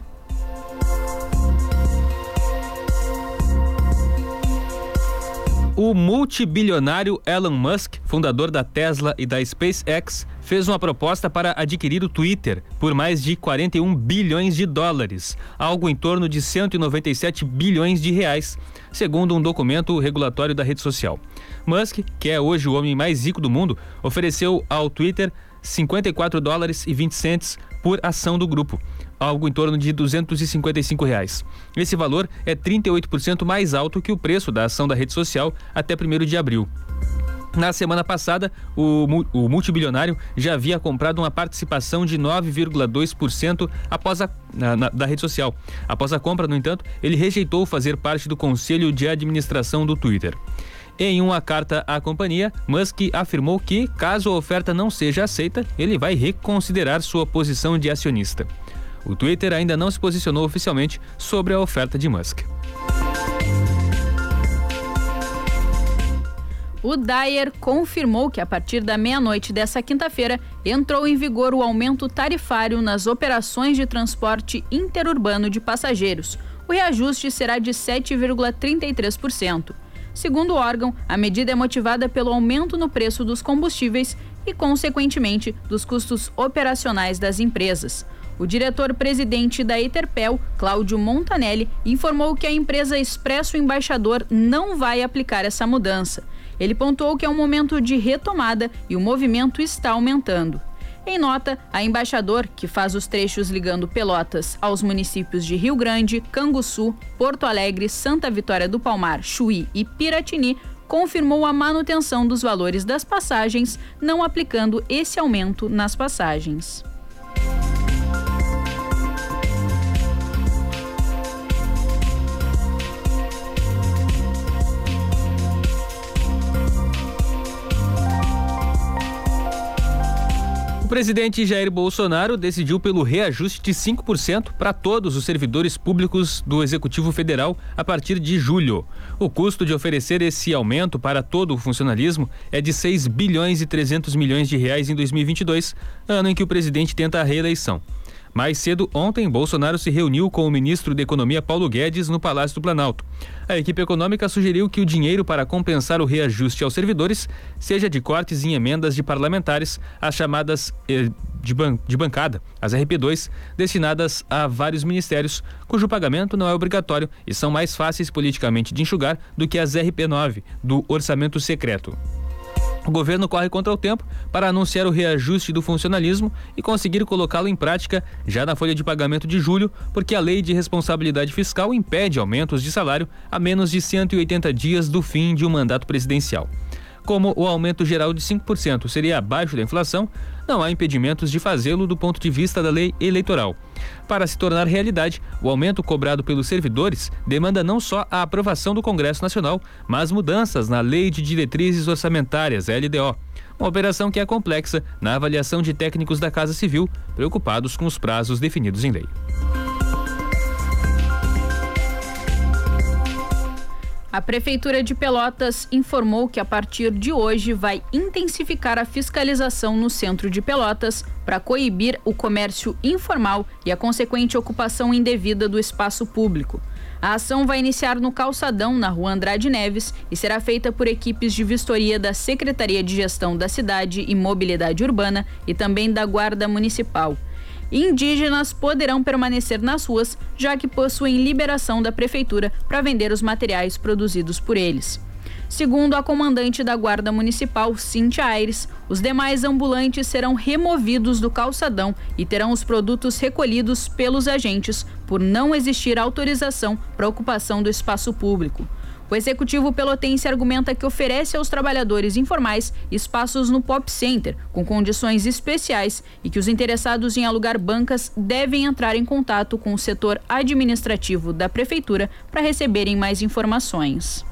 O multibilionário Elon Musk, fundador da Tesla e da SpaceX, fez uma proposta para adquirir o Twitter por mais de 41 bilhões de dólares, algo em torno de 197 bilhões de reais, segundo um documento regulatório da rede social. Musk, que é hoje o homem mais rico do mundo, ofereceu ao Twitter 54 dólares e 20 cents por ação do grupo, algo em torno de 255 reais. Esse valor é 38% mais alto que o preço da ação da rede social até 1º de abril. Na semana passada, o multibilionário já havia comprado uma participação de 9,2% da rede social. Após a compra, no entanto, ele rejeitou fazer parte do conselho de administração do Twitter. Em uma carta à companhia, Musk afirmou que, caso a oferta não seja aceita, ele vai reconsiderar sua posição de acionista. O Twitter ainda não se posicionou oficialmente sobre a oferta de Musk. O Dyer confirmou que a partir da meia-noite dessa quinta-feira entrou em vigor o aumento tarifário nas operações de transporte interurbano de passageiros. O reajuste será de 7,33%. Segundo o órgão, a medida é motivada pelo aumento no preço dos combustíveis e, consequentemente, dos custos operacionais das empresas. O diretor-presidente da Eterpel, Cláudio Montanelli, informou que a empresa Expresso Embaixador não vai aplicar essa mudança. Ele pontuou que é um momento de retomada e o movimento está aumentando. Em nota, a Embaixador, que faz os trechos ligando Pelotas aos municípios de Rio Grande, Canguçu, Porto Alegre, Santa Vitória do Palmar, Chuí e Piratini, confirmou a manutenção dos valores das passagens, não aplicando esse aumento nas passagens. O presidente Jair Bolsonaro decidiu pelo reajuste de 5% para todos os servidores públicos do Executivo Federal a partir de julho. O custo de oferecer esse aumento para todo o funcionalismo é de 6 bilhões e 300 milhões de reais em 2022, ano em que o presidente tenta a reeleição. Mais cedo, ontem, Bolsonaro se reuniu com o ministro da Economia Paulo Guedes no Palácio do Planalto. A equipe econômica sugeriu que o dinheiro para compensar o reajuste aos servidores seja de cortes em emendas de parlamentares, as chamadas de bancada, as RP2, destinadas a vários ministérios, cujo pagamento não é obrigatório e são mais fáceis politicamente de enxugar do que as RP9, do orçamento secreto. O governo corre contra o tempo para anunciar o reajuste do funcionalismo e conseguir colocá-lo em prática já na folha de pagamento de julho, porque a lei de responsabilidade fiscal impede aumentos de salário a menos de 180 dias do fim de um mandato presidencial. Como o aumento geral de 5% seria abaixo da inflação, não há impedimentos de fazê-lo do ponto de vista da lei eleitoral. Para se tornar realidade, o aumento cobrado pelos servidores demanda não só a aprovação do Congresso Nacional, mas mudanças na Lei de Diretrizes Orçamentárias, LDO. Uma operação que é complexa na avaliação de técnicos da Casa Civil, preocupados com os prazos definidos em lei. A Prefeitura de Pelotas informou que a partir de hoje vai intensificar a fiscalização no centro de Pelotas para coibir o comércio informal e a consequente ocupação indevida do espaço público. A ação vai iniciar no Calçadão, na Rua Andrade Neves, e será feita por equipes de vistoria da Secretaria de Gestão da Cidade e Mobilidade Urbana e também da Guarda Municipal. Indígenas poderão permanecer nas ruas, já que possuem liberação da Prefeitura para vender os materiais produzidos por eles. Segundo a comandante da Guarda Municipal, Cíntia Aires, os demais ambulantes serão removidos do calçadão e terão os produtos recolhidos pelos agentes por não existir autorização para ocupação do espaço público. O executivo pelotense argumenta que oferece aos trabalhadores informais espaços no Pop Center, com condições especiais, e que os interessados em alugar bancas devem entrar em contato com o setor administrativo da Prefeitura para receberem mais informações.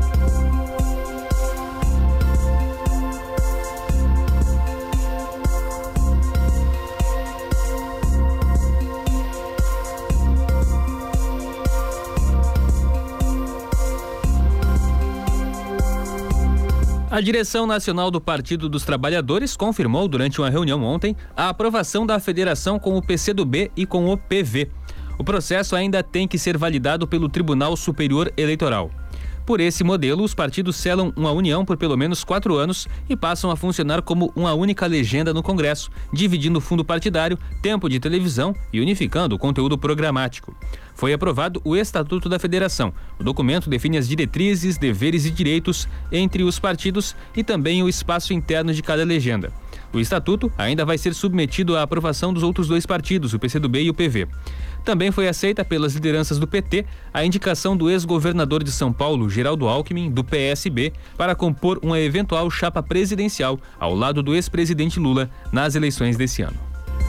A direção nacional do Partido dos Trabalhadores confirmou durante uma reunião ontem a aprovação da federação com o PCdoB e com o PV. O processo ainda tem que ser validado pelo Tribunal Superior Eleitoral. Por esse modelo, os partidos selam uma união por pelo menos 4 anos e passam a funcionar como uma única legenda no Congresso, dividindo o fundo partidário, tempo de televisão e unificando o conteúdo programático. Foi aprovado o Estatuto da Federação. O documento define as diretrizes, deveres e direitos entre os partidos e também o espaço interno de cada legenda. O Estatuto ainda vai ser submetido à aprovação dos outros 2 partidos, o PCdoB e o PV. Também foi aceita pelas lideranças do PT a indicação do ex-governador de São Paulo, Geraldo Alckmin, do PSB, para compor uma eventual chapa presidencial ao lado do ex-presidente Lula nas eleições desse ano.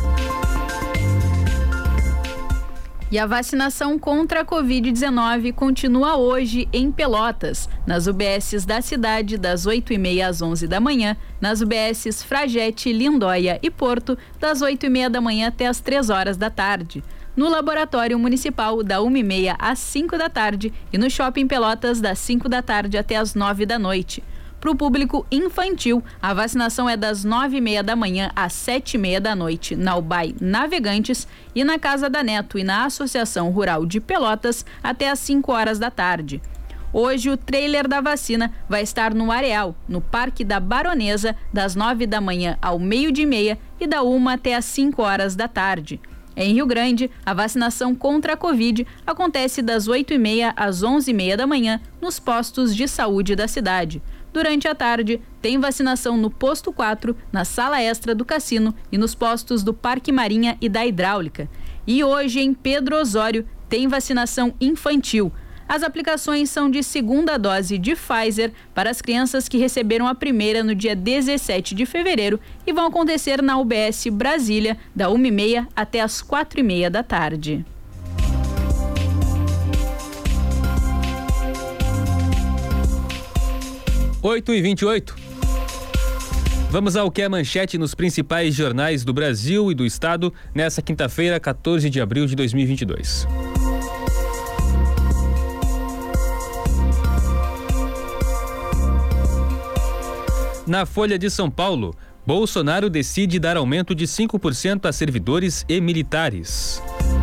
E a vacinação contra a Covid-19 continua hoje em Pelotas, nas UBSs da cidade, das 8h30 às 11 da manhã, nas UBSs Fragete, Lindóia e Porto, das 8h30 da manhã até as 3 horas da tarde. No Laboratório Municipal, da 1h30 às 5 da tarde e no Shopping Pelotas, das 5 da tarde até as 9 da noite. Para o público infantil, a vacinação é das 9h30 da manhã às 7h30 da noite na UBAI Navegantes e na Casa da Neto e na Associação Rural de Pelotas até às 5 horas da tarde. Hoje, o trailer da vacina vai estar no Areal, no Parque da Baronesa, das 9 da manhã ao 12h30 e da 1 até às 5 horas da tarde. Em Rio Grande, a vacinação contra a Covid acontece das 8h30 às 11h30 da manhã nos postos de saúde da cidade. Durante a tarde, tem vacinação no Posto 4, na Sala Extra do Cassino e nos postos do Parque Marinha e da Hidráulica. E hoje, em Pedro Osório, tem vacinação infantil. As aplicações são de segunda dose de Pfizer para as crianças que receberam a primeira no dia 17 de fevereiro e vão acontecer na UBS Brasília, da 1h30 até as 4h30 da tarde. Oito e 28. Vamos ao que é manchete nos principais jornais do Brasil e do Estado nessa quinta-feira, 14 de abril de 2022. Na Folha de São Paulo, Bolsonaro decide dar aumento de 5% a servidores e militares.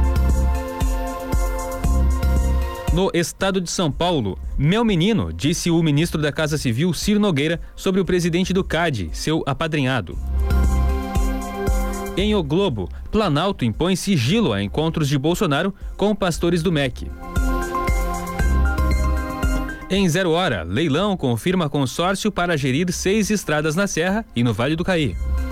No Estado de São Paulo, meu menino, disse o ministro da Casa Civil, Ciro Nogueira, sobre o presidente do CAD, seu apadrinhado. Em O Globo, Planalto impõe sigilo a encontros de Bolsonaro com pastores do MEC. Em 0 hora, leilão confirma consórcio para gerir 6 estradas na Serra e no Vale do Caí.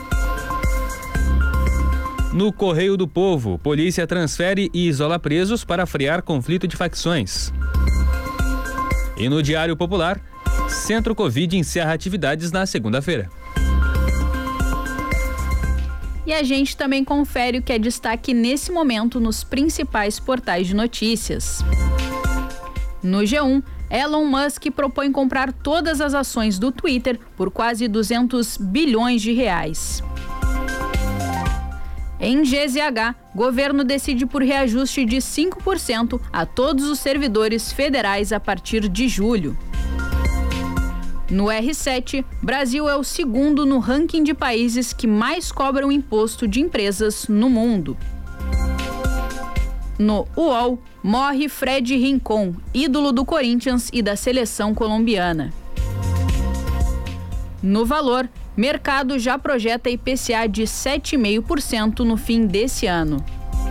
No Correio do Povo, polícia transfere e isola presos para frear conflito de facções. E no Diário Popular, Centro Covid encerra atividades na segunda-feira. E a gente também confere o que é destaque nesse momento nos principais portais de notícias. No G1, Elon Musk propõe comprar todas as ações do Twitter por quase 200 bilhões de reais. Em GZH, governo decide por reajuste de 5% a todos os servidores federais a partir de julho. No R7, Brasil é o segundo no ranking de países que mais cobram imposto de empresas no mundo. No UOL, morre Fred Rincon, ídolo do Corinthians e da seleção colombiana. No Valor, mercado já projeta IPCA de 7,5% no fim desse ano.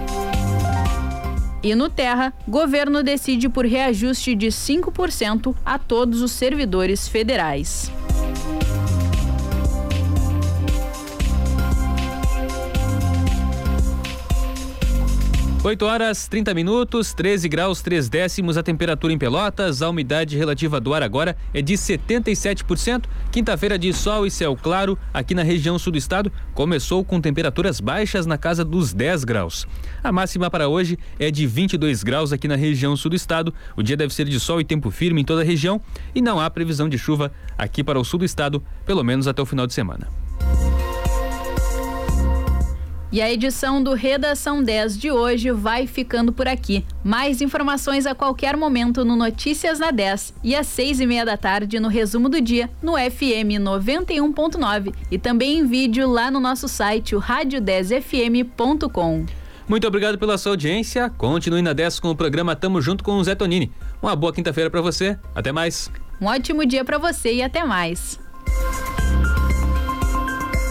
E no Terra, governo decide por reajuste de 5% a todos os servidores federais. 8 horas 30 minutos, 13 graus 3 décimos a temperatura em Pelotas. A umidade relativa do ar agora é de 77%. Quinta-feira de sol e céu claro aqui na região sul do estado. Começou com temperaturas baixas na casa dos 10 graus. A máxima para hoje é de 22 graus aqui na região sul do estado. O dia deve ser de sol e tempo firme em toda a região e não há previsão de chuva aqui para o sul do estado, pelo menos até o final de semana. E a edição do Redação 10 de hoje vai ficando por aqui. Mais informações a qualquer momento no Notícias na 10 e às 6:30 da tarde no Resumo do Dia no FM 91.9 e também em vídeo lá no nosso site, o radio10fm.com. Muito obrigado pela sua audiência. Continue na 10 com o programa Tamo Junto com o Zé Tonini. Uma boa quinta-feira para você. Até mais. Um ótimo dia para você e até mais.